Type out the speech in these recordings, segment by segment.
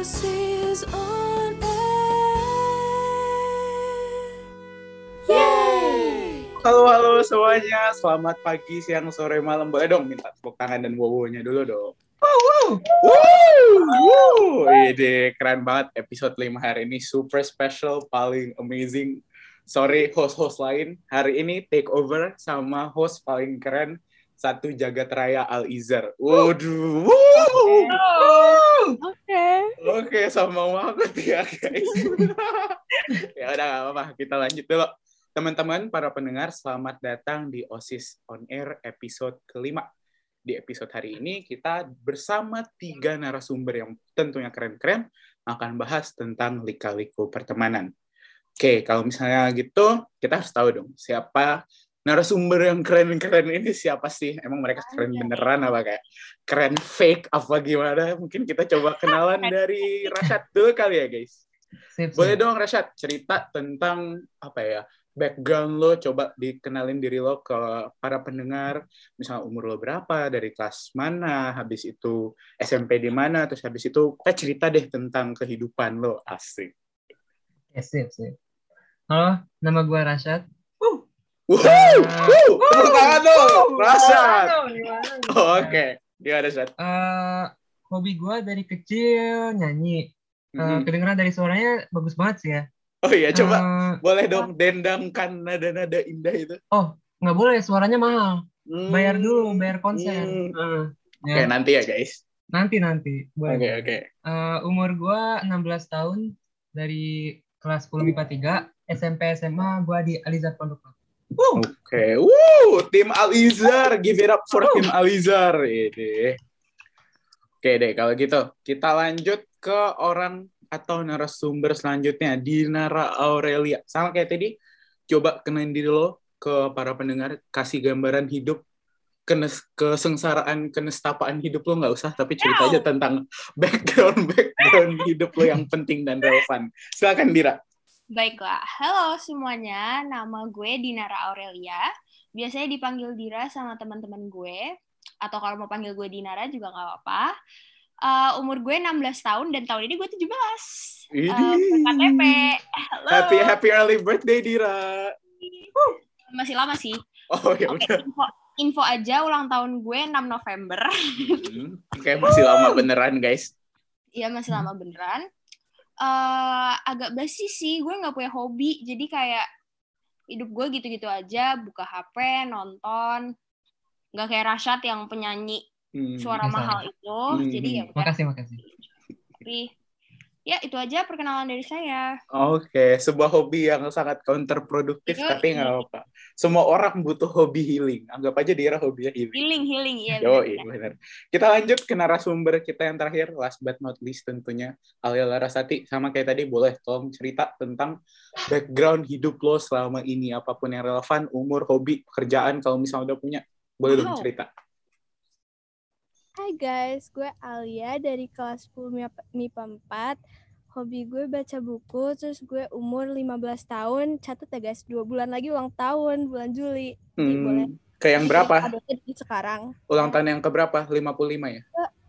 OSIS on air. Yeay! Halo semuanya, selamat pagi, siang, sore, malam. Boleh dong minta tepuk tangan dan wow-nya dulu dong. Ini keren banget episode 5 hari ini, super special, paling amazing. Sorry host-host lain, hari ini take over sama host paling keren, satu jagat raya Al-Izhar. Waduh. Oke, sama banget ya guys. Ya udah gak apa-apa, kita lanjut dulu. Teman-teman, para pendengar, selamat datang di OSIS On Air episode kelima. Di episode hari ini, kita bersama 3 narasumber yang tentunya keren-keren akan bahas tentang lika-liku pertemanan. Oke, kalau misalnya gitu, kita harus tahu dong, siapa narasumber yang keren-keren ini siapa sih? Emang mereka keren beneran apa kayak keren fake apa gimana? Mungkin kita coba kenalan dari Rashad dulu kali ya, guys. Boleh dong Rashad cerita tentang apa ya, background lo, coba dikenalin diri lo ke para pendengar, misalnya umur lo berapa, dari kelas mana, habis itu SMP di mana, terus habis itu kita cerita deh tentang kehidupan lo. Asik. Ya, sip. Halo, nama gue Rashad. Tepuk tangan dong, Rashad. Oke, gimana Rashad? Hobi gue dari kecil nyanyi. Kedengeran dari suaranya bagus banget sih ya. Oh iya, coba boleh dong dendangkan nada-nada indah itu. Oh, nggak boleh, suaranya mahal. Bayar dulu, bayar konser. Oke, nanti ya guys. Nanti. Oke. Umur gue 16 tahun, dari kelas 10 MIPA 3, SMP SMA gue di Al-Izhar Pondok Labu. Oke, tim Al-Izhar, give it up for tim Al-Izhar. Oke deh, kalau gitu kita lanjut ke orang atau narasumber selanjutnya, Dinara Aurelia. Sama kayak tadi, coba kenalin diri lo ke para pendengar, kasih gambaran hidup, kesengsaraan, kenestapaan hidup lo, nggak usah, tapi cerita aja tentang background hidup lo yang penting dan relevan. Silakan Dira. Baiklah, halo semuanya, nama gue Dinara Aurelia. Biasanya dipanggil Dira sama teman-teman gue, atau kalau mau panggil gue Dinara juga nggak apa-apa. Umur gue 16 tahun dan tahun ini gue 17. KTP. Halo. Happy early birthday, Dira. Masih lama sih. Oh ya udah. Info aja, ulang tahun gue 6 November. Oke, masih lama beneran, guys. Iya, masih lama beneran. Agak basi sih, gue nggak punya hobi, jadi kayak hidup gue gitu-gitu aja, buka HP, nonton, nggak kayak Rashad yang penyanyi suara mahal itu, jadi ya udah. Makasih. Tapi ya itu aja perkenalan dari saya. Oke, sebuah hobi yang sangat counterproduktif, tapi nggak apa-apa. Semua orang butuh hobi healing. Anggap aja Dira hobinya healing. Healing, iya. Benar. Kita lanjut ke narasumber kita yang terakhir, last but not least tentunya, Alia Larasati. Sama kayak tadi, boleh tolong cerita tentang background hidup lo selama ini, apapun yang relevan, umur, hobi, pekerjaan, kalau misalnya udah punya, boleh dong cerita. Hai guys, gue Alia dari kelas 10 MIPA 4. Hobi gue baca buku, terus gue umur 15 tahun. Catat ya guys, 2 bulan lagi ulang tahun, bulan Juli. Jadi boleh. Kayak yang berapa? Sekarang. Ulang tahun yang keberapa? 55 ya?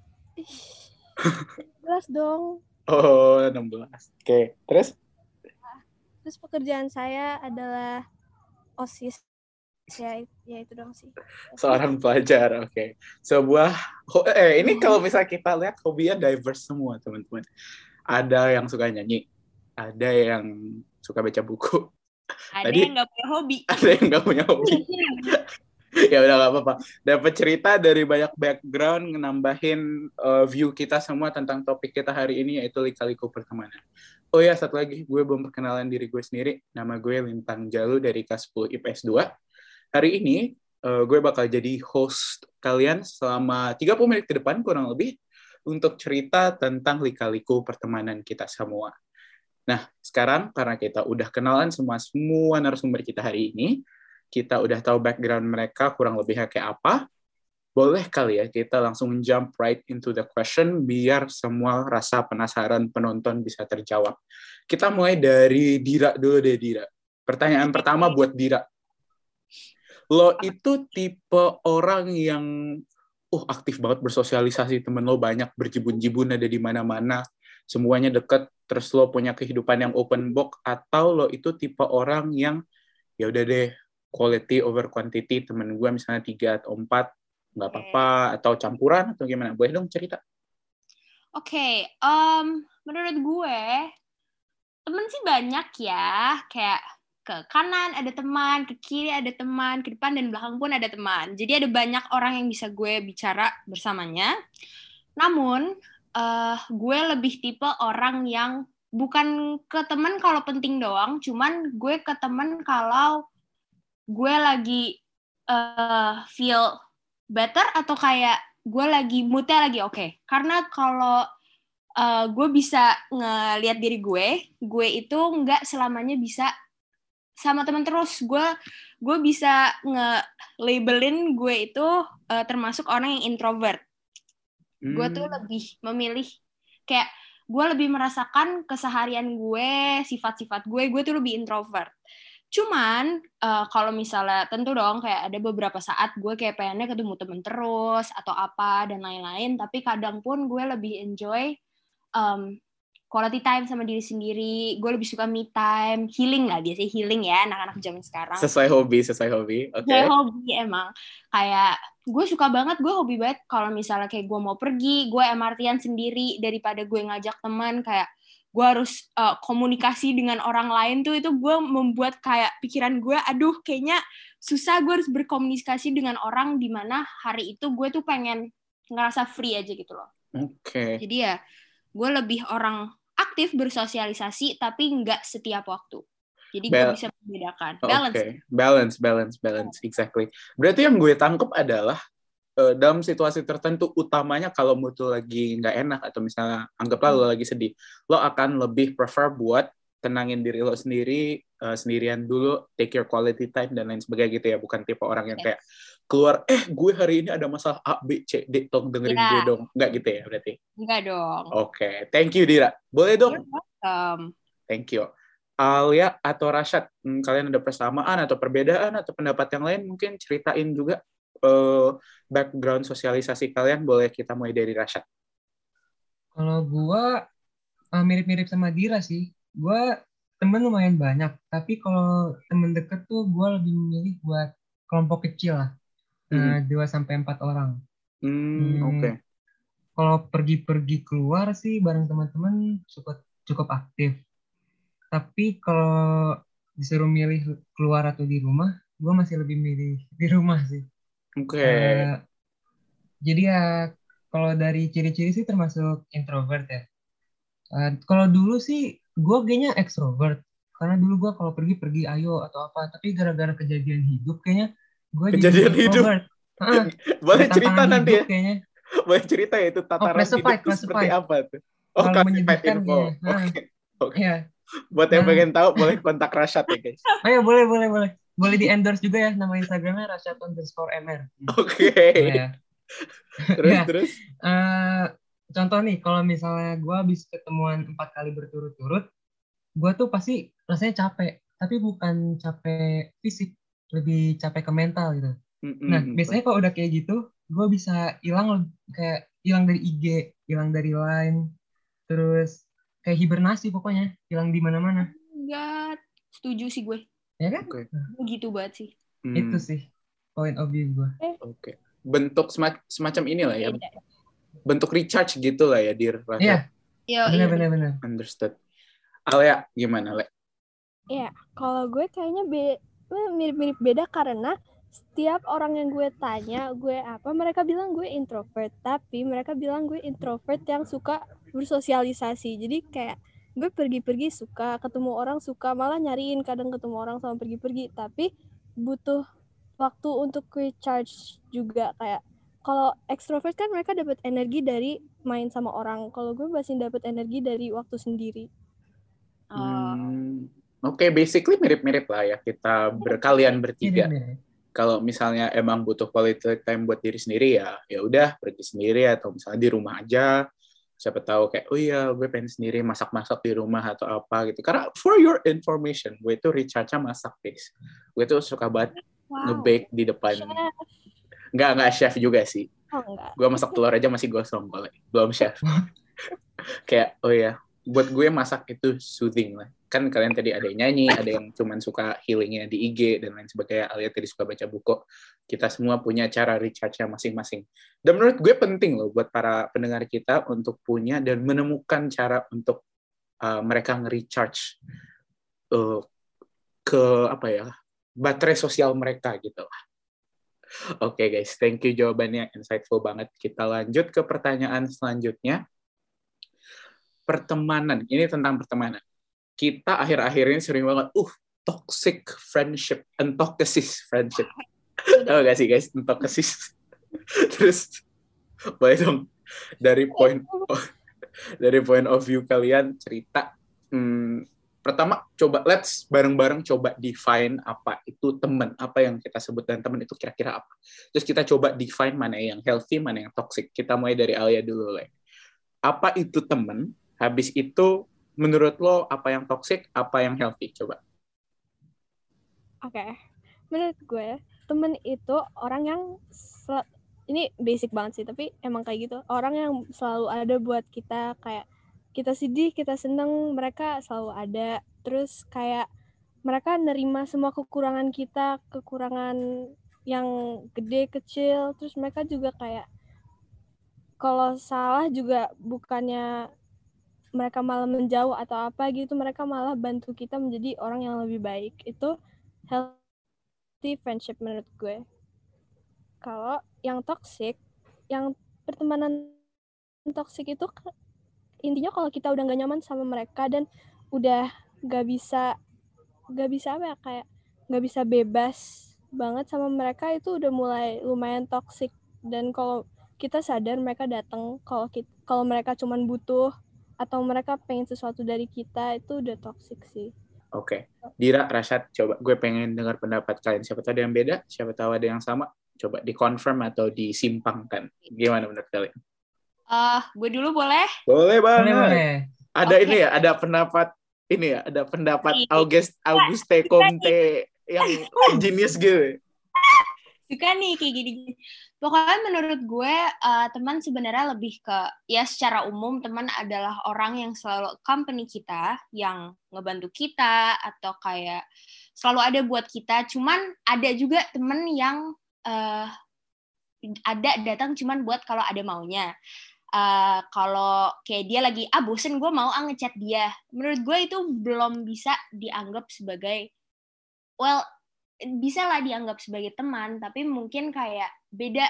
16 dong. Oh, 16. Oke, terus? Terus pekerjaan saya adalah OSIS. Ya itu dong sih. Seorang pelajar, oke. Ini kalau misalnya kita lihat hobinya diverse semua, teman-teman. Ada yang suka nyanyi, ada yang suka baca buku. Ada yang nggak punya hobi. Ada yang nggak punya hobi. Ya udah nggak apa-apa. Dapat cerita dari banyak background, nambahin view kita semua tentang topik kita hari ini, yaitu lika-liku pertemanan. Oh ya, satu lagi, gue belum perkenalan diri gue sendiri. Nama gue Lintang Jalu dari kelas 10 IPS 2. Hari ini, gue bakal jadi host kalian selama 30 menit ke depan, kurang lebih, untuk cerita tentang lika-liku pertemanan kita semua. Nah, sekarang karena kita udah kenalan semua narasumber kita hari ini, kita udah tahu background mereka kurang lebih kayak apa, boleh kali ya kita langsung jump right into the question, biar semua rasa penasaran penonton bisa terjawab. Kita mulai dari Dira dulu deh, Dira. Pertanyaan pertama buat Dira. Lo itu tipe orang yang aktif banget bersosialisasi, temen lo banyak, berjibun-jibun ada di mana-mana, semuanya deket, terus lo punya kehidupan yang open book, atau lo itu tipe orang yang ya udah deh, quality over quantity, temen gue misalnya 3 atau 4, nggak apa-apa, atau campuran, atau gimana? Boleh dong cerita? Oke, menurut gue temen sih banyak ya, kayak ke kanan ada teman, ke kiri ada teman, ke depan dan belakang pun ada teman. Jadi ada banyak orang yang bisa gue bicara bersamanya. Namun gue lebih tipe orang yang bukan ke teman kalau penting doang, cuman gue ke teman kalau gue lagi feel better atau kayak gue lagi moodnya lagi oke. Karena kalau gue bisa ngelihat diri gue itu nggak selamanya bisa sama teman terus. Gue bisa nge-labelin gue itu termasuk orang yang introvert. Gue tuh lebih memilih kayak gue lebih merasakan keseharian gue, sifat-sifat gue tuh lebih introvert. Cuman kalau misalnya tentu dong kayak ada beberapa saat gue kayak pengennya ketemu temen terus atau apa dan lain-lain, tapi kadang pun gue lebih enjoy quality time sama diri sendiri. Gue lebih suka me time, healing lah, biasanya healing ya anak-anak zaman sekarang. Sesuai hobi. Oke. Sesuai hobi emang. Kayak gue suka banget, gue hobi banget kalau misalnya kayak gue mau pergi, gue MRT-an sendiri daripada gue ngajak teman, kayak gue harus komunikasi dengan orang lain tuh, itu gue membuat kayak pikiran gue, aduh kayaknya susah, gue harus berkomunikasi dengan orang di mana hari itu gue tuh pengen ngerasa free aja gitu loh. Oke. Jadi ya gue lebih orang aktif bersosialisasi tapi nggak setiap waktu. Jadi gue bisa membedakan. Balance, exactly. Berarti yang gue tangkap adalah dalam situasi tertentu, utamanya kalau mood lo lagi nggak enak atau misalnya anggaplah lo lagi sedih, lo akan lebih prefer buat tenangin diri lo sendiri, sendirian dulu, take your quality time dan lain sebagainya gitu ya. Bukan tipe orang yang kayak keluar, gue hari ini ada masalah A, B, C, D, tolong dengerin gue dong. Nggak gitu ya berarti? Nggak dong. Oke. Thank you Dira. Boleh dong? You're welcome. Thank you. Alia atau Rashad, kalian ada persamaan atau perbedaan atau pendapat yang lain? Mungkin ceritain juga background sosialisasi kalian. Boleh kita mulai dari Rashad. Kalau gue mirip-mirip sama Dira sih. Gue temen lumayan banyak, tapi kalau temen deket tuh gue lebih memilih buat kelompok kecil lah. 2-4 orang. Oke. Kalau pergi-pergi keluar sih bareng teman-teman cukup aktif. Tapi kalau disuruh milih keluar atau di rumah, gue masih lebih milih di rumah sih. Oke. Jadi ya kalau dari ciri-ciri sih termasuk introvert ya. Kalau dulu sih gue kayaknya extrovert. Karena dulu gue kalau pergi ayo atau apa. Tapi gara-gara kejadian hidup kayaknya gue jadi introvert. Boleh cerita nanti ya. Kayaknya. Boleh cerita ya itu tataran hidup itu seperti apa tuh? Oh, classified info. Oke. Ya. Buat yang pengen tahu boleh kontak Rashad ya guys. Oh ya boleh. Boleh di endorse juga ya, nama Instagramnya Rashad_MR. Oke. Ya. Terus. Contoh nih, kalau misalnya gue habis ketemuan 4 kali berturut-turut, gue tuh pasti rasanya capek, tapi bukan capek fisik, lebih capek ke mental gitu. Nah, biasanya kalau udah kayak gitu, gue bisa hilang dari IG, hilang dari Line, terus kayak hibernasi pokoknya, hilang di mana-mana. Enggak, setuju sih gue. Ya kan? Begitu banget sih. Itu sih point of view gue. Oke. Bentuk semacam inilah ya. Bentuk recharge gitu lah ya, Dir. Iya. Benar. Understood. Alia, gimana, Le? Iya, kalau gue kayaknya mirip-mirip beda karena setiap orang yang gue tanya, mereka bilang gue introvert, tapi mereka bilang gue introvert yang suka bersosialisasi. Jadi kayak gue pergi-pergi suka, ketemu orang suka, malah nyariin kadang ketemu orang sama pergi-pergi, tapi butuh waktu untuk recharge juga. Kayak kalau extrovert kan mereka dapat energi dari main sama orang, kalau gue masih dapat energi dari waktu sendiri. Oke, basically mirip-mirip lah ya kita kalian bertiga. Kalau misalnya emang butuh quality time buat diri sendiri ya udah pergi sendiri atau misalnya di rumah aja. Siapa tahu kayak gue pengen sendiri masak-masak di rumah atau apa gitu. Karena for your information, gue itu recharge-nya masak, guys. Gue tuh suka banget nge-bake di depan. Enggak chef juga sih. Gue masak telur aja masih gosong, belum chef. Kayak buat gue masak itu soothing lah. Kan kalian tadi ada yang nyanyi, ada yang cuman suka healingnya di IG dan lain sebagainya. Alia tadi suka baca buku. Kita semua punya cara recharge-nya masing-masing. Dan menurut gue penting loh buat para pendengar kita untuk punya dan menemukan cara untuk mereka nge-recharge ke apa ya, baterai sosial mereka gitu lah. Oke guys, thank you, jawabannya insightful banget. Kita lanjut ke pertanyaan selanjutnya. Pertemanan, ini tentang pertemanan. Kita akhir-akhir ini sering banget, toxic friendship, untoxic friendship. Tahu gak sih guys, untoxic. Terus, boleh dong dari point of view kalian cerita. Pertama, coba let's bareng-bareng coba define apa itu teman, apa yang kita sebut dan teman itu kira-kira apa. Terus kita coba define mana yang healthy, mana yang toxic. Kita mulai dari Alia dulu, Le. Apa itu teman? Habis itu, menurut lo apa yang toxic, apa yang healthy? Coba. Oke. Menurut gue, temen itu orang yang ini basic banget sih, tapi emang kayak gitu. Orang yang selalu ada buat kita, kayak kita sedih, kita seneng, mereka selalu ada. Terus kayak mereka nerima semua kekurangan kita, kekurangan yang gede, kecil. Terus mereka juga kayak kalau salah juga bukannya mereka malah menjauh atau apa gitu, mereka malah bantu kita menjadi orang yang lebih baik. Itu healthy friendship menurut gue. Kalau yang toxic, yang pertemanan toxic itu intinya kalau kita udah gak nyaman sama mereka dan udah gak bisa apa ya, kayak gak bisa bebas banget sama mereka, itu udah mulai lumayan toxic. Dan kalau kita sadar mereka datang kalau mereka cuman butuh atau mereka pengen sesuatu dari kita, itu udah toxic sih. Oke. Dira, Rashad, coba gue pengen dengar pendapat kalian. Siapa tahu ada yang beda, siapa tahu ada yang sama. Coba dikonfirm atau disimpangkan. Gimana menurut kalian? Gue dulu boleh? Boleh banget. Boleh. Ada ini ya, ada pendapat Auguste Comte yang genius gitu. Suka nih kayak gini. Pokoknya menurut gue teman sebenarnya lebih ke, ya secara umum teman adalah orang yang selalu accompany kita, yang ngebantu kita atau kayak selalu ada buat kita. Cuman ada juga teman yang ada datang cuman buat kalau ada maunya. Kalau kayak dia lagi bosen, gue mau ngechat dia. Menurut gue itu belum bisa dianggap sebagai, bisa lah dianggap sebagai teman, tapi mungkin kayak beda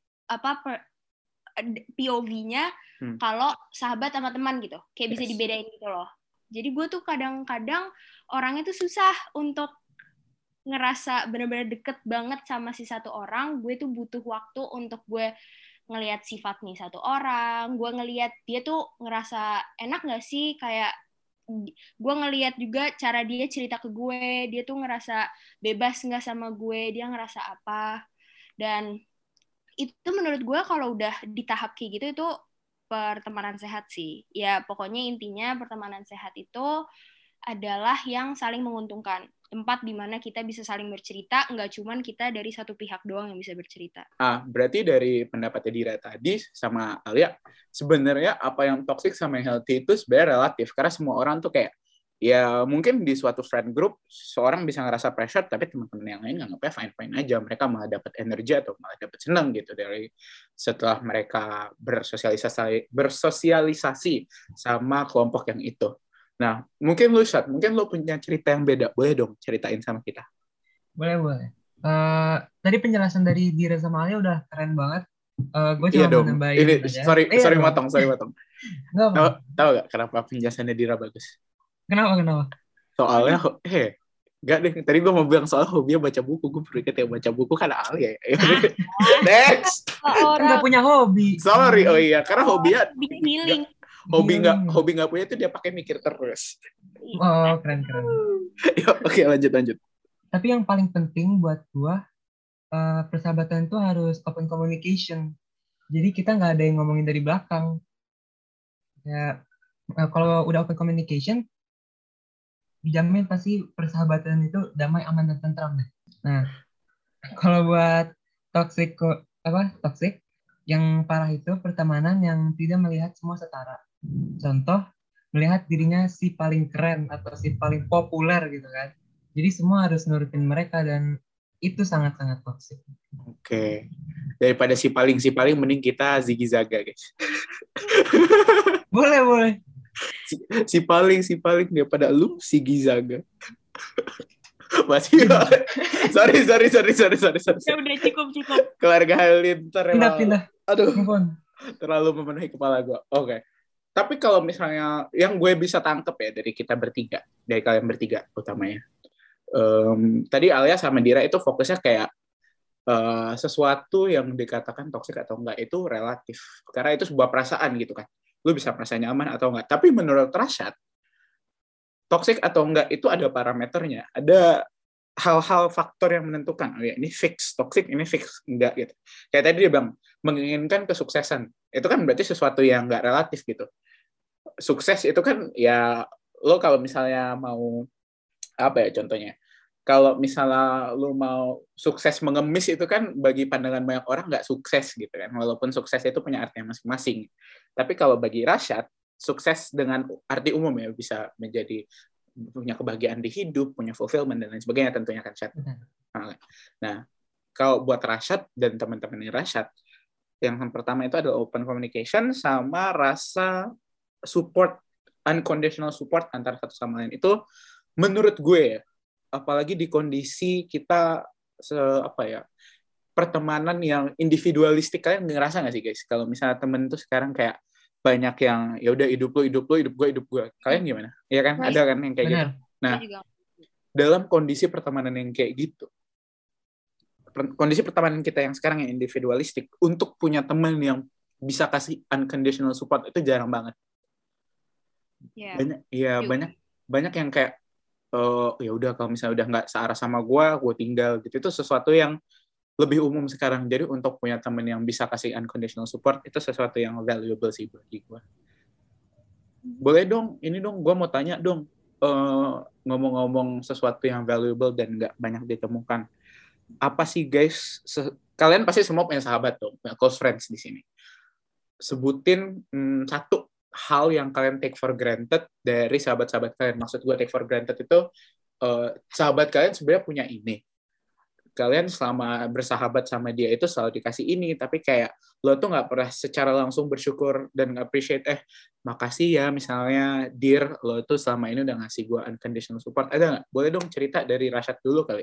POV-nya kalau sahabat sama teman gitu. Kayak bisa dibedain gitu loh. Jadi gue tuh kadang-kadang orangnya tuh susah untuk ngerasa benar-benar deket banget sama si satu orang. Gue tuh butuh waktu untuk gue ngelihat sifat nih satu orang, gue ngelihat dia tuh ngerasa enak gak sih, kayak gue ngelihat juga cara dia cerita ke gue, dia tuh ngerasa bebas nggak sama gue, dia ngerasa apa. Dan itu menurut gue kalau udah di tahap kayak gitu, itu pertemanan sehat sih. Ya pokoknya intinya pertemanan sehat itu adalah yang saling menguntungkan. Tempat di mana kita bisa saling bercerita, nggak cuman kita dari satu pihak doang yang bisa bercerita. Berarti dari pendapatnya Dira tadi sama Alia, sebenarnya apa yang toxic sama yang healthy itu sebenarnya relatif. Karena semua orang tuh kayak, ya mungkin di suatu friend group, seorang bisa ngerasa pressure, tapi teman-teman yang lain nganggapnya fine-fine aja. Mereka malah dapat energi atau malah dapat senang gitu dari setelah mereka bersosialisasi sama kelompok yang itu. Nah, mungkin lu punya cerita yang beda. Boleh dong ceritain sama kita. Boleh. Tadi penjelasan dari Dira sama Alia udah keren banget. Gue cuma Iya dong. nambahin Ini aja. sorry motong. Nggak. Tahu gak kenapa penjelasannya Dira bagus? Kenapa? Soalnya Gak deh, tadi gue mau bilang soal hobinya baca buku. Gue berpikir yang baca buku kan Alia ya. Next. Kan gak punya hobi. Sorry, karena hobinya healing. Hobi nggak punya itu dia pakai mikir terus. Oh, keren. Oke, lanjut. Tapi yang paling penting buat gua, persahabatan itu harus open communication. Jadi kita nggak ada yang ngomongin dari belakang. Ya, kalau udah open communication, dijamin pasti persahabatan itu damai, aman, dan tentram deh. Nah, kalau buat toxic, yang parah itu pertemanan yang tidak melihat semua setara. Contoh, melihat dirinya si paling keren atau si paling populer gitu kan. Jadi semua harus nurutin mereka dan itu sangat-sangat toksik. Oke. Daripada si paling mending kita Ziggy Zaga, guys. Boleh. Si paling daripada lu Ziggy Zaga. Masih sorry. Ya udah cukup. Keluarga Halilintar Pindah. Aduh, Move on. terlalu memenuhi kepala gue. Oke. Tapi kalau misalnya yang gue bisa tangkep ya dari kita bertiga, dari kalian bertiga utamanya. Tadi Alia sama Dira itu fokusnya kayak sesuatu yang dikatakan toksik atau enggak itu relatif. Karena itu sebuah perasaan gitu kan. Lu bisa merasa nyaman atau enggak. Tapi menurut Rashad, toksik atau enggak itu ada parameternya. Ada hal-hal faktor yang menentukan. Oh ya, ini fix toksik, ini fix enggak gitu. Kayak tadi dia bilang, menginginkan kesuksesan. Itu kan berarti sesuatu yang enggak relatif gitu. Sukses itu kan ya, lo kalau misalnya mau, apa ya contohnya, kalau misalnya lo mau sukses mengemis itu kan bagi pandangan banyak orang nggak sukses gitu kan, walaupun sukses itu punya artinya masing-masing. Tapi kalau bagi Rashad, sukses dengan arti umum ya, bisa menjadi punya kebahagiaan di hidup, punya fulfillment dan lain sebagainya tentunya kan, Rashad. Nah, kalau buat Rashad dan teman-teman Rashad, yang pertama itu adalah open communication sama rasa support, unconditional support antara satu sama lain. Itu menurut gue, apalagi di kondisi kita pertemanan yang individualistik, kalian ngerasa nggak sih guys? Kalau misalnya temen tuh sekarang kayak banyak yang ya udah hidup lo, hidup gue. Kalian gimana? Iya kan? Ada kan yang kayak gitu. Nah, dalam kondisi pertemanan yang kayak gitu, kondisi pertemanan kita yang sekarang yang individualistik, untuk punya teman yang bisa kasih unconditional support itu jarang banget. Banyak yang kayak ya udah kalau misalnya udah nggak searah sama gue tinggal gitu. Itu sesuatu yang lebih umum sekarang. Jadi untuk punya teman yang bisa kasih unconditional support itu sesuatu yang valuable sih bagi gue. Boleh dong, ini dong gue mau tanya dong, ngomong-ngomong sesuatu yang valuable dan nggak banyak ditemukan. Apa sih guys? Kalian pasti semua punya sahabat dong, punya close friends di sini. Sebutin satu hal yang kalian take for granted dari sahabat-sahabat kalian. Maksud gue take for granted itu sahabat kalian sebenarnya punya ini. Kalian selama bersahabat sama dia itu selalu dikasih ini, tapi kayak lo tuh nggak pernah secara langsung bersyukur dan appreciate, makasih ya misalnya Dir, lo tuh selama ini udah ngasih gue unconditional support. Ada nggak? Boleh dong cerita dari Rashad dulu kali.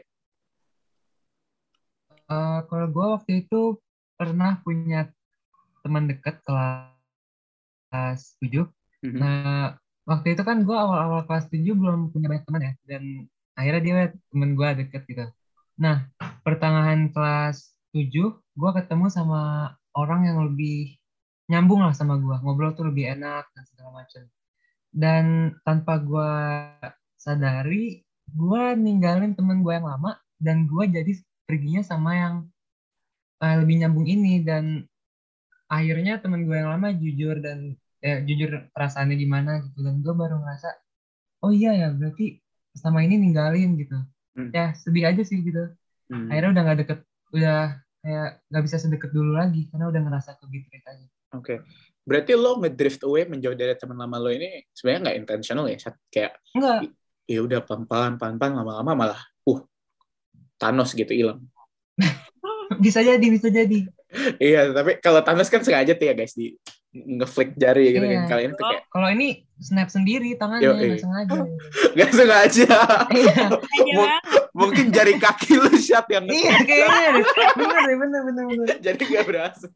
Kalau gue waktu itu pernah punya teman dekat kelas 7. Nah, waktu itu kan gue awal-awal kelas 7 belum punya banyak teman ya. Dan akhirnya dia teman gue deket gitu. Nah, pertengahan kelas 7, gue ketemu sama orang yang lebih nyambung lah sama gue. Ngobrol tuh lebih enak dan segala macam. Dan tanpa gue sadari, gue ninggalin teman gue yang lama. Dan gue jadi perginya sama yang lebih nyambung ini. Dan akhirnya teman gue yang lama jujur perasaannya gimana gitu, dan gue baru ngerasa oh iya ya berarti selama ini ninggalin gitu. Ya sedih aja sih gitu. Akhirnya udah nggak deket, udah kayak nggak bisa sedekat dulu lagi karena udah ngerasa kebitret aja. Oke. Berarti lo ngedrift away, menjauh dari teman lama lo ini sebenarnya nggak intentional ya? Kayak enggak. Ya udah pelan-pelan lama-lama malah Thanos gitu hilang. Bisa jadi. Iya, tapi kalau Thanos kan sengaja tuh ya guys, di ngeflick jari gitu kan. Kalian tuh kayak kalau ini snap sendiri tangannya, nggak sengaja. Nggak sengaja. Mungkin jari kaki lu shot yang iya kayaknya. Bener. Jadi nggak berasa.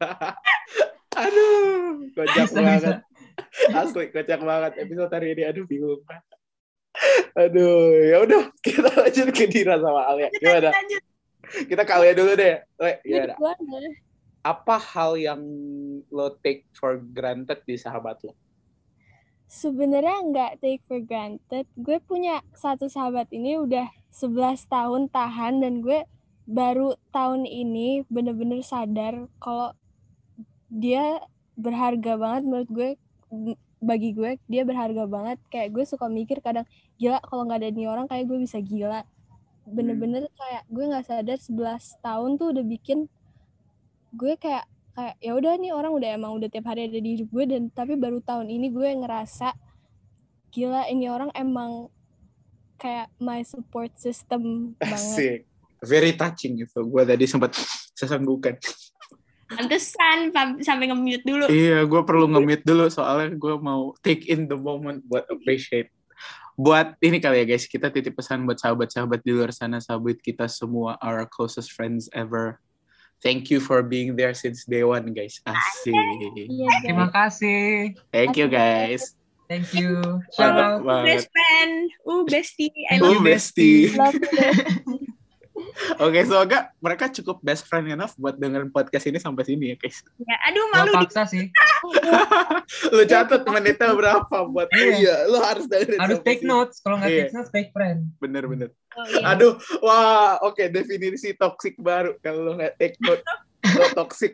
Aduh, kocak banget. Asli kocak banget episode hari ini. Aduh, bingung. Aduh, ya udah kita lanjut ke Dira sama Alia. Gimana? Kita ke Alia dulu deh. Gimana? Apa hal yang lo take for granted di sahabat lo? Sebenarnya nggak take for granted. Gue punya satu sahabat ini udah 11 tahun tahan, dan gue baru tahun ini bener-bener sadar kalau dia berharga banget menurut gue. Bagi gue dia berharga banget. Kayak gue suka mikir kadang, gila kalau nggak ada nih orang kayak gue bisa gila. Bener-bener kayak gue nggak sadar 11 tahun tuh udah bikin gue kayak ya udah nih orang udah tiap hari ada di hidup gue, dan tapi baru tahun ini gue ngerasa gila ini orang emang kayak my support system banget. Asik. Very touching itu. Gue tadi sempat sesenggukan. Pantesan sampai nge-mute dulu. Iya, gue perlu nge-mute dulu soalnya gue mau take in the moment buat appreciate. Buat ini kali ya guys, kita titip pesan buat sahabat-sahabat di luar sana, sahabat kita semua, our closest friends ever. Thank you for being there since day one guys. Asik. Iya, Terima guys. kasih. Thank you guys. Thank you. Shout Mantap out. banget. Best friend. Bestie. I love you. Bestie. Love you, guys. Oke, semoga mereka cukup best friend enough buat dengerin podcast ini sampai sini ya guys. Ya, aduh Gak malu paksa sih. Lu catat menitnya berapa buat Iya. lu harus dengerin Harus sampai take sini. notes. Kalau nggak Iya. take notes, take friend. Bener. Oh, iya. Aduh, wah, oke, definisi toxic baru. Kalau lu nggak take note, lo toxic.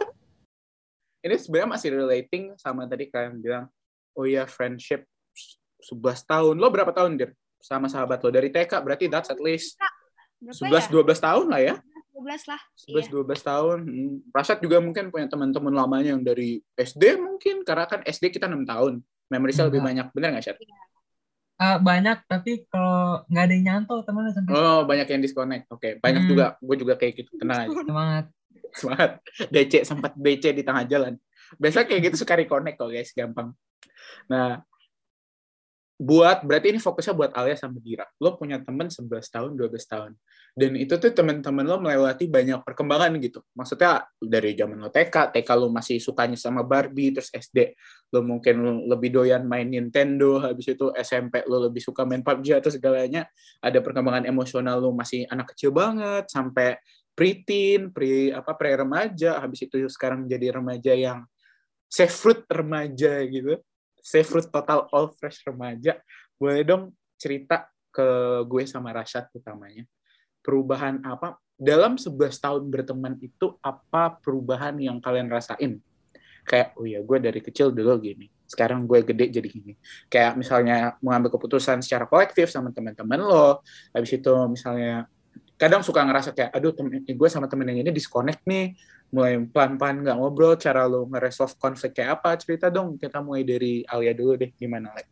Ini sebenarnya masih relating sama tadi kalian bilang, oh iya friendship 11 tahun. Lo berapa tahun, Dir? Sama sahabat lo dari TK, berarti that's at least Berapa 11-12 tahun lah ya. 12 lah. 11-12 tahun. Rashad juga mungkin punya teman-teman lamanya yang dari SD mungkin, karena kan SD kita 6 tahun. Memory-nya lebih banyak, bener nggak, Syed? Banyak, tapi kalau nggak ada yang nyantol temennya sampai Oh, banyak yang disconnect. Oke, banyak juga. Gue juga kayak gitu. Tenang aja. semangat. Semangat. sempat BC di tengah jalan. Biasa kayak gitu suka reconnect kok guys, gampang. Nah, berarti ini fokusnya buat Alia sama Dira. Lo punya temen 11 tahun, 12 tahun. Dan itu tuh teman-teman lo melewati banyak perkembangan gitu. Maksudnya dari zaman lo TK lo masih sukanya sama Barbie, terus SD lo mungkin lebih doyan main Nintendo, habis itu SMP lo lebih suka main PUBG atau segalanya. Ada perkembangan emosional lo masih anak kecil banget, sampai pre-teen, pre-remaja, habis itu sekarang jadi remaja yang safe fruit remaja gitu. Safe fruit total all fresh remaja. Boleh dong cerita ke gue sama Rashad utamanya. Perubahan apa? Dalam 11 tahun berteman itu apa perubahan yang kalian rasain? Kayak, oh ya gue dari kecil dulu gini. Sekarang gue gede jadi gini. Kayak misalnya mengambil keputusan secara kolektif sama teman-teman lo. Habis itu misalnya kadang suka ngerasa kayak, aduh gue sama temen yang ini disconnect nih, mulai pelan-pelan nggak ngobrol, cara lo nge-resolve konflik kayak apa, cerita dong, kita mulai dari Alia dulu deh, gimana Le?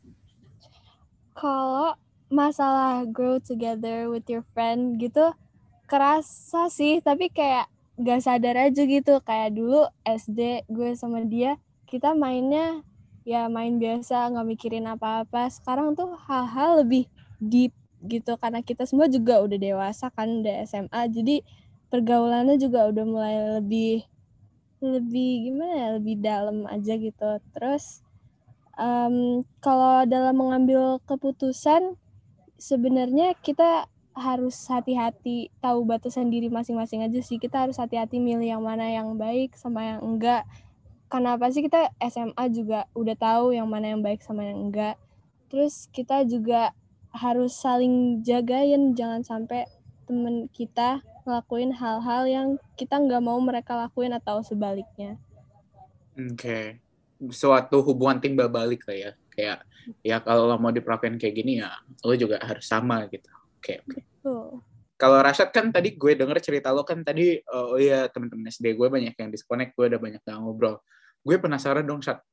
Kalau masalah grow together with your friend gitu, kerasa sih, tapi kayak gak sadar aja gitu. Kayak dulu SD gue sama dia, kita mainnya ya main biasa, gak mikirin apa-apa. Sekarang tuh hal-hal lebih deep gitu, karena kita semua juga udah dewasa kan, udah SMA, jadi pergaulannya juga udah mulai lebih gimana ya, lebih dalam aja gitu. Terus kalau dalam mengambil keputusan sebenarnya kita harus hati-hati, tahu batasan diri masing-masing aja sih. Kita harus hati-hati milih yang mana yang baik sama yang enggak. Kenapa sih kita SMA juga udah tahu yang mana yang baik sama yang enggak. Terus kita juga harus saling jagain, jangan sampai temen kita ngelakuin hal-hal yang kita nggak mau mereka lakuin atau sebaliknya. Oke. Suatu hubungan timbal balik lah ya. Kayak, ya kalau lo mau diperlakuin kayak gini ya, lo juga harus sama gitu. Oke. Kalau Rashad kan tadi gue denger cerita lo kan tadi, oh iya teman-teman SD gue banyak yang disconnect, gue udah banyak yang ngobrol. Gue penasaran dong, Shad.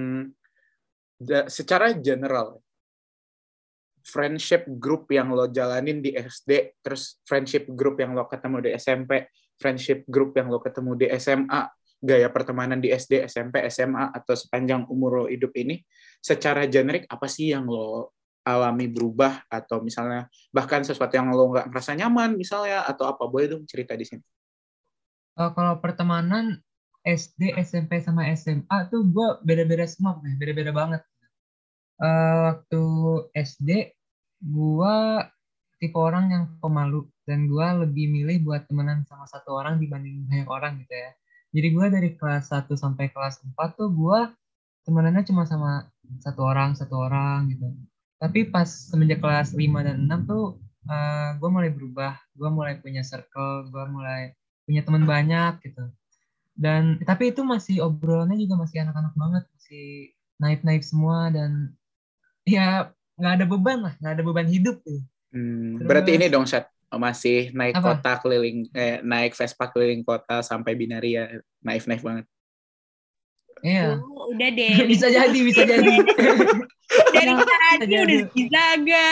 Secara general, friendship group yang lo jalanin di SD, terus friendship group yang lo ketemu di SMP, friendship group yang lo ketemu di SMA, gaya pertemanan di SD, SMP, SMA, atau sepanjang umur lo hidup ini, secara generik apa sih yang lo alami berubah, atau misalnya bahkan sesuatu yang lo nggak merasa nyaman misalnya, atau apa, boleh dong cerita di sini. Kalau pertemanan SD, SMP, sama SMA tuh gue beda-beda semua, beda-beda banget. Waktu SD gue tipe orang yang pemalu, dan gue lebih milih buat temenan sama satu orang dibanding banyak orang gitu ya. Jadi gue dari kelas 1 sampai kelas 4 tuh gue temenannya cuma sama satu orang gitu. Tapi pas semenjak kelas 5 dan 6 tuh gue mulai berubah, gue mulai punya circle, gue mulai punya teman banyak gitu. Dan tapi itu masih obrolannya juga masih anak-anak banget, masih naif-naif semua, dan ya nggak ada beban lah, nggak ada beban hidup tuh. Berarti ini dong, Syed, masih naik apa? kota keliling, naik Vespa keliling kota sampai Binaria, naif banget. Iya. Udah deh. bisa jadi. Dari Nah, tadi aja udah dulu. Zaga.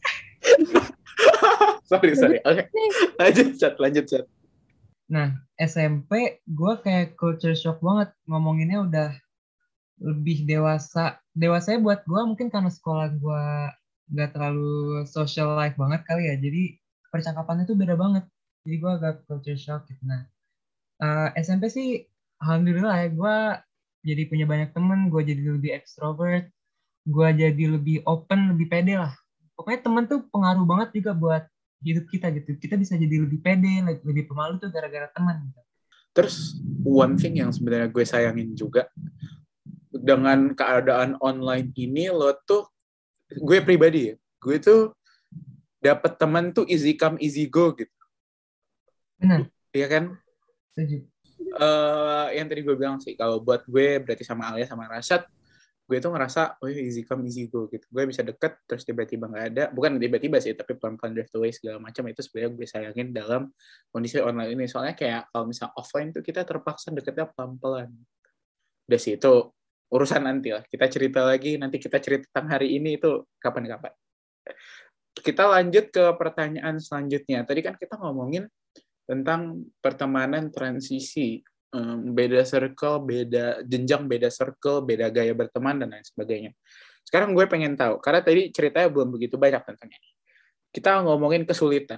Sorry. Oke. Lanjut, Chat. Nah, SMP gue kayak culture shock banget. Ngomonginnya udah lebih dewasa. Dewasanya buat gue mungkin karena sekolah gue nggak terlalu social life banget kali ya. Jadi percakapannya tuh beda banget. Jadi gue agak culture shock gitu. Nah, SMP sih alhamdulillah ya gue jadi punya banyak temen. Gue jadi lebih extrovert. Gue jadi lebih open, lebih pede lah. Pokoknya temen tuh pengaruh banget juga buat hidup kita gitu. Kita bisa jadi lebih pede, lebih pemalu tuh gara-gara teman gitu. Terus one thing yang sebenarnya gue sayangin juga dengan keadaan online ini, lo tuh, gue pribadi ya, gue tuh dapet teman tuh easy come easy go gitu. Benar, Iya kan? setuju. Yang tadi gue bilang sih, kalau buat gue berarti sama Alia sama Rashad, gue tuh ngerasa easy come easy go gitu. Gue bisa deket terus tiba-tiba nggak ada, bukan tiba-tiba sih, tapi pelan-pelan drift away segala macam. Itu sebenarnya gue sayangin dalam kondisi online ini. Soalnya kayak kalau misalnya offline tuh kita terpaksa deketnya pelan-pelan. Udah sih, itu urusan nanti lah. Kita cerita lagi, nanti kita cerita tentang hari ini itu kapan-kapan. Kita lanjut ke pertanyaan selanjutnya. Tadi kan kita ngomongin tentang pertemanan transisi. Beda circle, beda jenjang, beda circle, beda gaya berteman, dan lain sebagainya. Sekarang gue pengen tahu, karena tadi ceritanya belum begitu banyak tentang ini. Kita ngomongin kesulitan.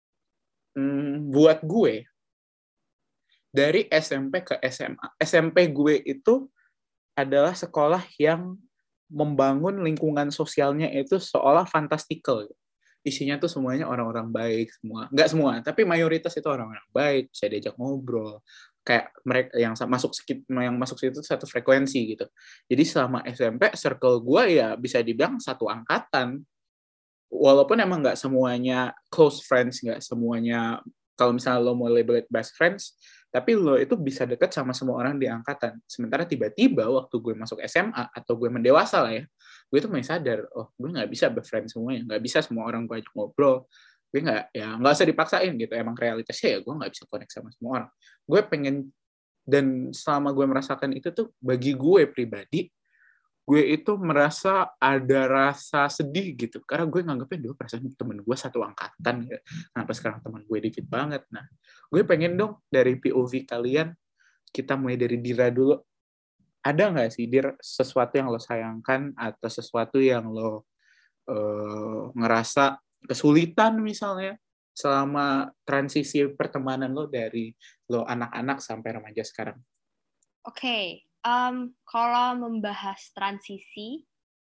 Buat gue, dari SMP ke SMA, SMP gue itu adalah sekolah yang membangun lingkungan sosialnya itu seolah fantastical. Isinya tuh semuanya orang-orang baik semua. Nggak semua, tapi mayoritas itu orang-orang baik, bisa diajak ngobrol. Kayak mereka yang masuk situ satu frekuensi gitu. Jadi selama SMP, circle gue ya bisa dibilang satu angkatan. Walaupun emang nggak semuanya close friends, nggak semuanya, kalau misalnya lo mau label it best friends, tapi lo itu bisa deket sama semua orang di angkatan. Sementara tiba-tiba waktu gue masuk SMA atau gue mendewasa lah ya, gue tuh mulai sadar, gue nggak bisa befriend semuanya, nggak bisa semua orang gue ajak ngobrol, gue nggak usah dipaksain gitu, emang realitasnya ya gue nggak bisa connect sama semua orang. Gue pengen, dan selama gue merasakan itu tuh, bagi gue pribadi, gue itu merasa ada rasa sedih gitu, karena gue nganggapnya dulu perasaan temen gue satu angkatan ya, kenapa sekarang teman gue dikit banget. Nah, gue pengen dong dari POV kalian, kita mulai dari Dira dulu. Ada nggak sih, Dir, sesuatu yang lo sayangkan atau sesuatu yang lo ngerasa kesulitan misalnya selama transisi pertemanan lo dari lo anak-anak sampai remaja sekarang? Oke, kalau membahas transisi,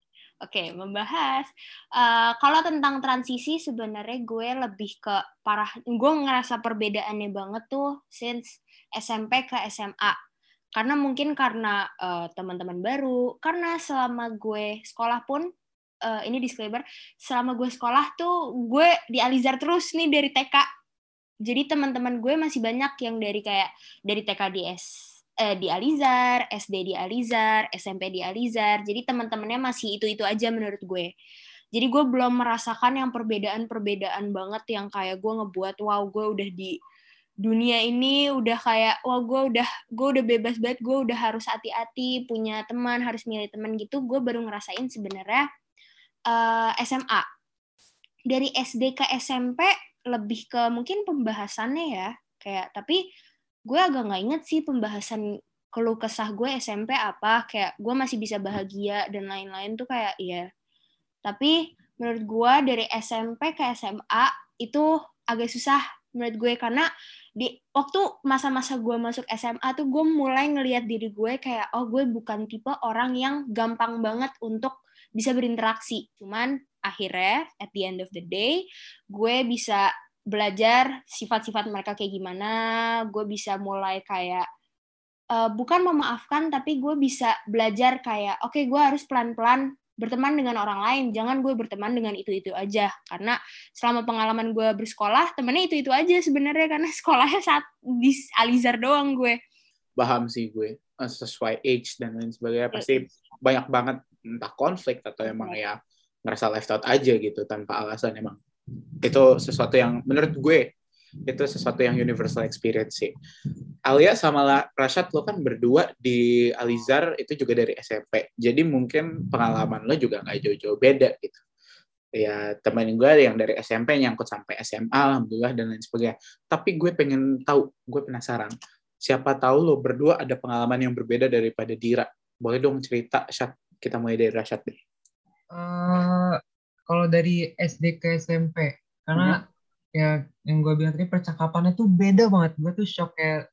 kalau tentang transisi sebenarnya gue lebih ke gue ngerasa perbedaannya banget tuh since SMP ke SMA. Karena mungkin karena teman-teman baru, karena selama gue sekolah pun, ini disclaimer, selama gue sekolah tuh gue di Alizar terus nih dari TK. Jadi teman-teman gue masih banyak yang dari TK di Alizar, SD di Alizar, SMP di Alizar. Jadi teman-temannya masih itu-itu aja menurut gue. Jadi gue belum merasakan yang perbedaan-perbedaan banget yang kayak gue ngebuat, wow, gue udah di dunia ini udah kayak, wah, gue udah bebas banget, gue udah harus hati-hati punya teman, harus milih teman gitu. Gue baru ngerasain sebenarnya SMA. Dari SD ke SMP lebih ke mungkin pembahasannya ya, kayak, tapi gue agak nggak inget sih pembahasan keluh kesah gue SMP apa, kayak gue masih bisa bahagia dan lain-lain tuh kayak iya. Tapi menurut gue dari SMP ke SMA itu agak susah menurut gue, karena di waktu masa-masa gue masuk SMA tuh gue mulai ngelihat diri gue kayak, oh, gue bukan tipe orang yang gampang banget untuk bisa berinteraksi. Cuman akhirnya at the end of the day gue bisa belajar sifat-sifat mereka kayak gimana. Gue bisa mulai kayak bukan memaafkan, tapi gue bisa belajar kayak, oke, gue harus pelan-pelan berteman dengan orang lain, jangan gue berteman dengan itu-itu aja. Karena selama pengalaman gue bersekolah, temennya itu-itu aja sebenarnya, karena sekolahnya di Alizar doang gue. Paham sih gue, sesuai age dan lain sebagainya, pasti banyak banget entah konflik atau emang ya ngerasa left out aja gitu tanpa alasan. Emang itu sesuatu yang menurut gue itu sesuatu yang universal experience sih. Alia sama Rashad lo kan berdua di Alizar itu juga dari SMP. Jadi mungkin pengalaman lo juga nggak jauh-jauh beda gitu. Ya teman gue yang dari SMP nyangkut sampai SMA, alhamdulillah dan lain sebagainya. Tapi gue pengen tahu, gue penasaran. Siapa tahu lo berdua ada pengalaman yang berbeda daripada Dira. Boleh dong cerita, Rashad. Kita mulai dari Rashad deh. Kalau dari SD ke SMP, karena ya yang gue bilang tadi percakapannya tuh beda banget. Gue tuh shock kayak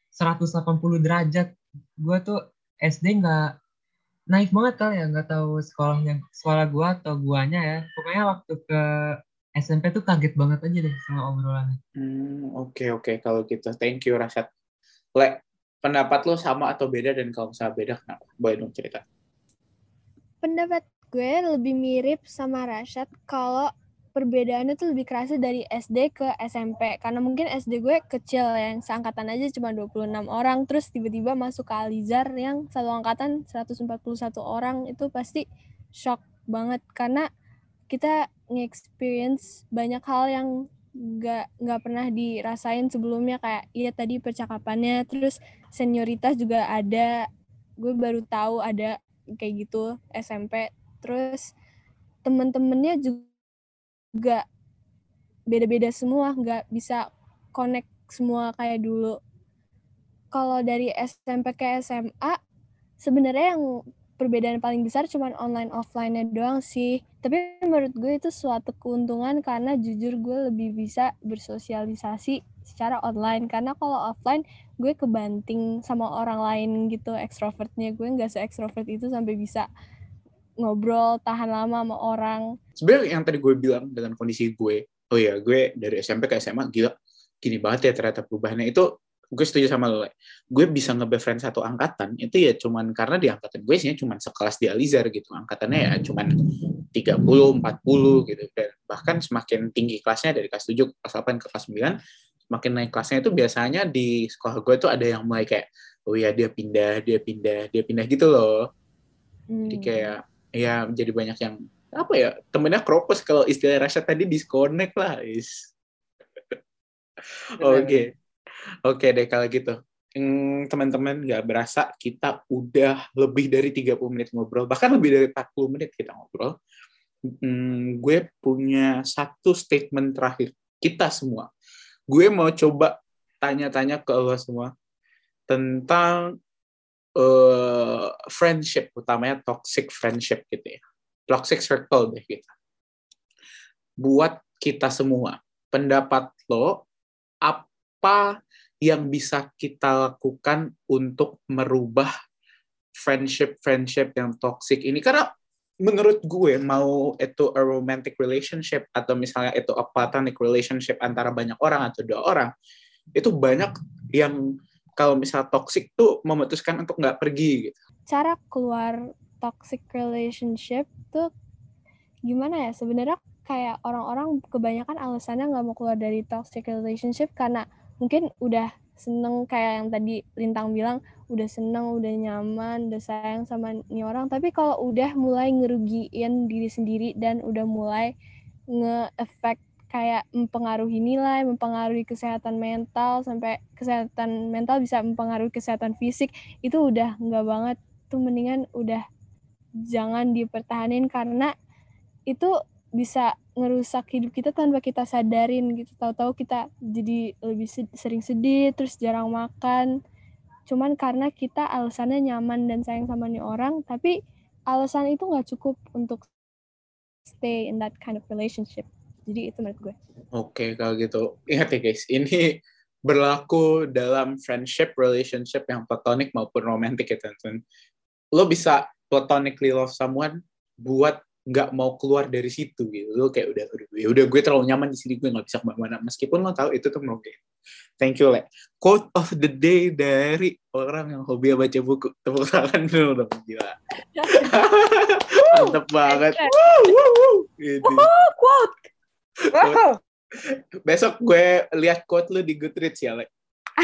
180 derajat. Gue tuh SD nggak naif banget kali ya, nggak tahu sekolah gue atau guanya ya. Pokoknya waktu ke SMP tuh kaget banget aja deh sama obrolannya. Oke. Kalau gitu, thank you Rashad. Le, pendapat lo sama atau beda, dan kalau misalnya beda kenapa? Boleh dong cerita. Pendapat gue lebih mirip sama Rashad kalau perbedaannya tuh lebih kerasa dari SD ke SMP. Karena mungkin SD gue kecil yang seangkatan aja cuma 26 orang. Terus tiba-tiba masuk ke Alizar yang satu angkatan 141 orang. Itu pasti shock banget. Karena kita nge-experience banyak hal yang nggak pernah dirasain sebelumnya. Kayak iya tadi percakapannya. Terus senioritas juga ada. Gue baru tahu ada kayak gitu SMP. Terus temen-temennya juga beda-beda semua, nggak bisa connect semua kayak dulu. Kalau dari SMP ke SMA, sebenarnya yang perbedaan paling besar cuma online offline-nya doang sih. Tapi menurut gue itu suatu keuntungan karena jujur gue lebih bisa bersosialisasi secara online. Karena kalau offline gue kebanting sama orang lain gitu ekstrovertnya. Gue nggak se-ekstrovert itu sampai bisa ngobrol tahan lama sama orang. Sebenarnya yang tadi gue bilang dengan kondisi gue, oh ya gue dari SMP ke SMA gila, gini banget ya ternyata perubahannya. Itu gue setuju sama lo. Gue bisa nge-befriend satu angkatan itu ya cuman karena di angkatan gue sih cuman sekelas di Alizar gitu. Angkatannya ya cuman 30, 40 gitu. Dan bahkan semakin tinggi kelasnya dari kelas 7 ke kelas 8 ke kelas 9, semakin naik kelasnya itu biasanya di sekolah gue tuh ada yang mulai kayak oh ya dia pindah gitu loh. Jadi kayak ya jadi banyak yang apa ya temennya kropos, kalau istilah Rashad tadi disconnect lah is. Oke deh kalau gitu. Teman-teman nggak berasa kita udah lebih dari 30 menit ngobrol, bahkan lebih dari 40 menit kita ngobrol. Gue punya satu statement terakhir kita semua. Gue mau coba tanya-tanya ke lo semua tentang friendship, utamanya toxic friendship gitu ya. Toxic circle deh kita. Buat kita semua, pendapat lo apa yang bisa kita lakukan untuk merubah friendship yang toxic ini? Karena menurut gue mau itu a romantic relationship atau misalnya itu a platonic relationship antara banyak orang atau 2 orang, itu banyak yang kalau misalnya toxic tuh memutuskan untuk nggak pergi gitu. Cara keluar toxic relationship tuh gimana ya? Sebenarnya kayak orang-orang kebanyakan alasannya nggak mau keluar dari toxic relationship karena mungkin udah seneng kayak yang tadi Lintang bilang, udah seneng, udah nyaman, udah sayang sama nih orang. Tapi kalau udah mulai ngerugiin diri sendiri dan udah mulai nge-effect kayak mempengaruhi nilai, mempengaruhi kesehatan mental, sampai kesehatan mental bisa mempengaruhi kesehatan fisik, itu udah nggak banget. Tuh mendingan udah jangan dipertahanin karena itu bisa ngerusak hidup kita tanpa kita sadarin gitu. Tahu-tahu kita jadi lebih sering sedih, terus jarang makan. Cuman karena kita alasannya nyaman dan sayang sama nih orang, tapi alasan itu nggak cukup untuk stay in that kind of relationship. Jadi itu menurut gue. Oke, kalau gitu. Ingat ya guys, ini berlaku dalam friendship, relationship yang platonic maupun romantic ya teman-teman. Lo bisa platonically love someone buat nggak mau keluar dari situ gitu. Lo kayak udah gue terlalu nyaman di sini, gue nggak bisa kemana-mana. Meskipun lo tahu itu tuh merugikan. Thank you, Le. Quote of the day dari orang yang hobi baca buku. Tepuk tangan dulu dong, gila. Mantep banget. Quote. Wow. Besok gue lihat quote lu di Goodreads ya, Le.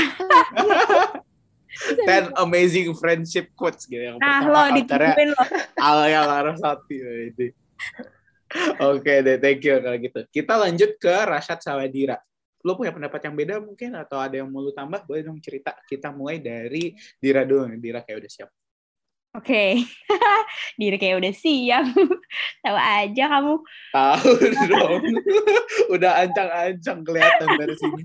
10 amazing friendship quotes gitu. Yang Nah, pertama lo ditungguin lo. Alia Larasati. Oke deh, thank you kalau gitu. Kita lanjut ke Rashad sama Dira. lo punya pendapat yang beda mungkin atau ada yang mau lo tambah, boleh dong cerita. Kita mulai dari Dira dulu nih. Dira kayak udah siap. Oke. Diri kayak udah siap. Tahu aja kamu. Tahu dong. Udah ancang-ancang kelihatan dari sini.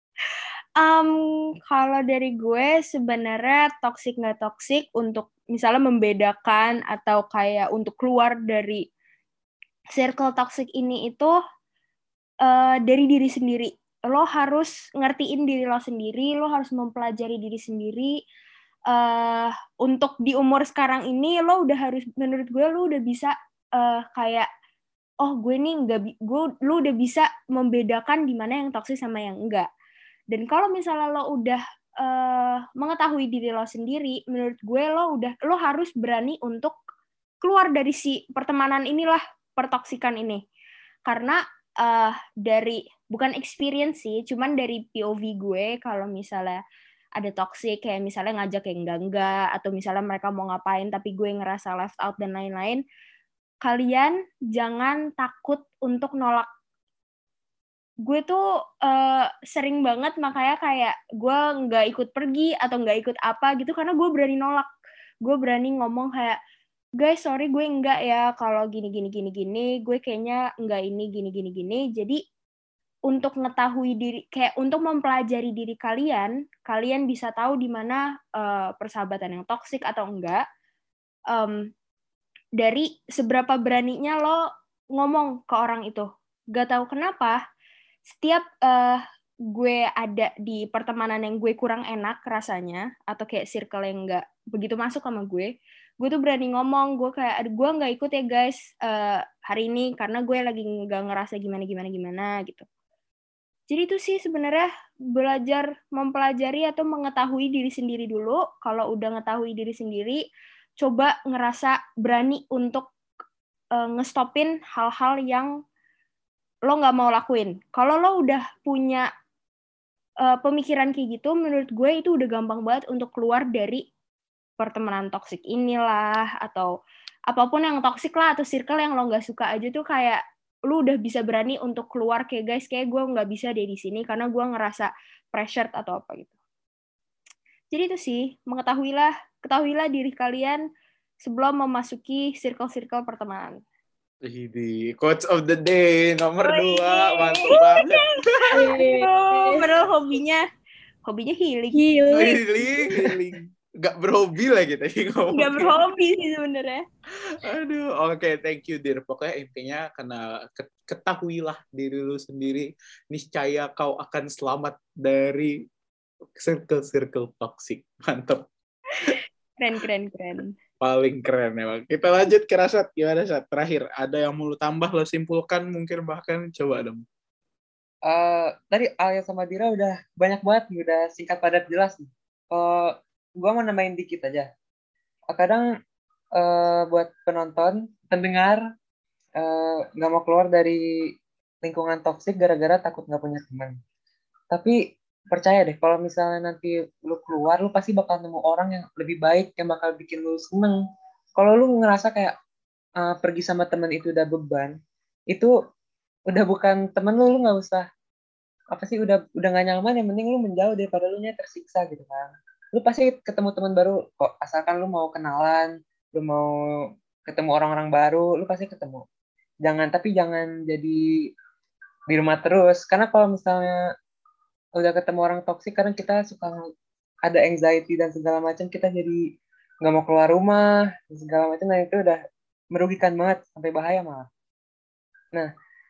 Kalau dari gue sebenarnya toxic nggak toxic untuk misalnya membedakan atau kayak untuk keluar dari circle toxic ini itu dari diri sendiri. Lo harus ngertiin diri lo sendiri, lo harus mempelajari diri sendiri. Untuk di umur sekarang ini lo udah harus, menurut gue lo udah bisa kayak gue nih lo udah bisa membedakan di mana yang toxic sama yang enggak. Dan kalau misalnya lo udah mengetahui diri lo sendiri, menurut gue lo harus berani untuk keluar dari si pertemanan inilah, pertoksikan ini. Karena dari bukan experience sih, cuman dari POV gue kalau misalnya ada toxic kayak misalnya ngajak yang enggak atau misalnya mereka mau ngapain tapi gue ngerasa left out dan lain-lain, kalian jangan takut untuk nolak. Gue tuh sering banget makanya kayak gue nggak ikut pergi atau nggak ikut apa gitu karena gue berani nolak. Gue berani ngomong kayak, guys sorry gue enggak ya kalau gini gue kayaknya enggak ini gini. Jadi untuk mengetahui diri, kayak untuk mempelajari diri kalian bisa tahu di mana persahabatan yang toksik atau enggak, dari seberapa beraninya lo ngomong ke orang itu. Gak tahu kenapa setiap gue ada di pertemanan yang gue kurang enak rasanya atau kayak circle yang nggak begitu masuk sama gue tuh berani ngomong, gue kayak gue nggak ikut ya guys hari ini karena gue lagi nggak ngerasa gimana gitu. Jadi itu sih sebenarnya belajar mempelajari atau mengetahui diri sendiri dulu. Kalau udah ngetahui diri sendiri, coba ngerasa berani untuk ngestopin hal-hal yang lo nggak mau lakuin. Kalau lo udah punya pemikiran kayak gitu, menurut gue itu udah gampang banget untuk keluar dari pertemanan toksik inilah, atau apapun yang toksik lah, atau circle yang lo nggak suka aja tuh kayak lo udah bisa berani untuk keluar kayak guys, kayak gue nggak bisa deh di sini karena gue ngerasa pressured atau apa gitu. Jadi itu sih, ketahuilah diri kalian sebelum memasuki circle-circle pertemanan. Ini quotes of the day nomor 2, mantap banget. Padahal hobinya healing. Healing. Gak berhobi lah kita ngomong. Gak berhobi sih sebenarnya. Aduh, oke, thank you Dir. Pokoknya intinya karena ketahuilah diri lu sendiri, niscaya kau akan selamat dari circle toxic. Mantap. Keren. Paling keren emang. Kita lanjut ke Rasad. Gimana Sat? Terakhir, ada yang mau lu tambah, lo simpulkan mungkin bahkan coba dong. Tadi Alia sama Dira udah banyak banget, udah singkat padat jelas. Gue mau nambahin dikit aja. Kadang buat penonton, pendengar, nggak mau keluar dari lingkungan toksik gara-gara takut nggak punya teman. Tapi percaya deh, kalau misalnya nanti lu keluar, lu pasti bakal nemu orang yang lebih baik, yang bakal bikin lu seneng. Kalau lu ngerasa kayak pergi sama teman itu udah beban, itu udah bukan temen lu nggak usah udah nggak nyaman, yang penting lu menjauh daripada lu nya tersiksa gitu kan. Lu pasti ketemu teman baru kok, asalkan lu mau kenalan, lu mau ketemu orang-orang baru, lu pasti ketemu. Jangan jadi di rumah terus, karena kalau misalnya udah ketemu orang toksik, kadang kita suka ada anxiety dan segala macam, kita jadi nggak mau keluar rumah dan segala macam, nah itu udah merugikan banget sampai bahaya malah. Nah,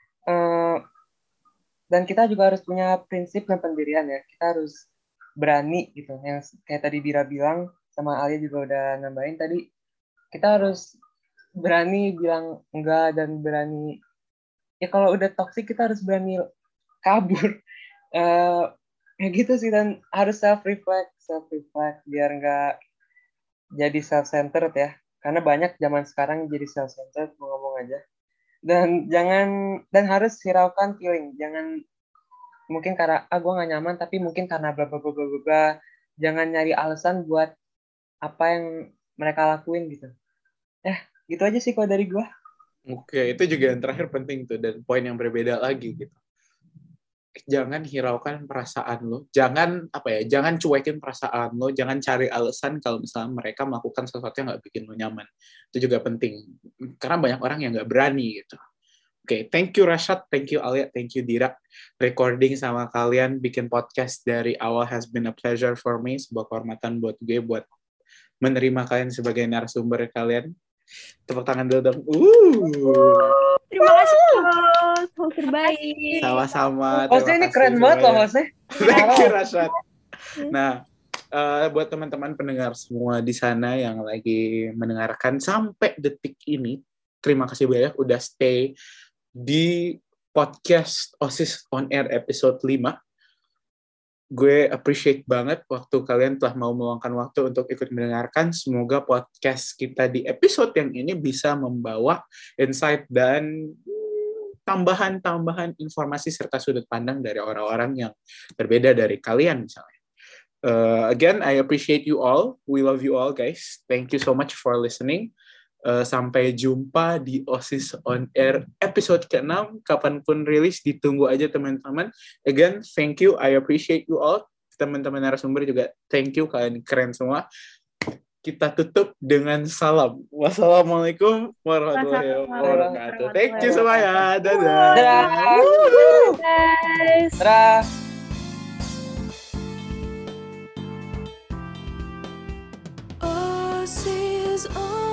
dan kita juga harus punya prinsip dan pendirian ya. Kita harus berani gitu. Yang kayak tadi Dira bilang, sama Alia juga udah nambahin tadi, kita harus berani bilang enggak dan berani, ya kalau udah toksik kita harus berani kabur. Kayak gitu sih, dan harus self-reflect biar nggak jadi self-centered ya. Karena banyak zaman sekarang jadi self-centered, mau ngomong aja. Dan harus hiraukan feeling. Jangan mungkin karena gue nggak nyaman, tapi mungkin karena bla bla bla bla bla. Jangan nyari alasan buat apa yang mereka lakuin gitu. Gitu aja sih kalau dari gue. Oke, itu juga yang terakhir penting tuh, dan poin yang berbeda lagi gitu. jangan hiraukan perasaan lo, jangan jangan cuekin perasaan lo, jangan cari alasan kalau misalnya mereka melakukan sesuatu yang nggak bikin lo nyaman. Itu juga penting, karena banyak orang yang nggak berani gitu. Oke, thank you Rashad, thank you Alia, thank you Dira. Recording sama kalian, bikin podcast dari awal has been a pleasure for me, sebuah kehormatan buat gue buat menerima kalian sebagai narasumber kalian. Tepuk tangan dulu dong. Terima kasih host terbaik. Sama-sama. Hostnya ini keren banget loh hostnya. Thank you Rashad. Nah, buat teman-teman pendengar semua di sana yang lagi mendengarkan sampai detik ini, terima kasih banyak udah stay di podcast OSIS On Air episode 5. Gue appreciate banget waktu kalian telah mau meluangkan waktu untuk ikut mendengarkan. Semoga podcast kita di episode yang ini bisa membawa insight dan tambahan-tambahan informasi serta sudut pandang dari orang-orang yang berbeda dari kalian misalnya. Again, I appreciate you all. We love you all, guys. Thank you so much for listening. Sampai jumpa di OSIS On Air episode ke-6. Kapanpun rilis, ditunggu aja teman-teman. Again, thank you. I appreciate you all. Teman-teman narasumber juga thank you. Kalian keren semua. Kita tutup dengan salam. Wassalamualaikum warahmatullahi wabarakatuh. Thank you semuanya. Dadah. Guys. Dadah. OSIS on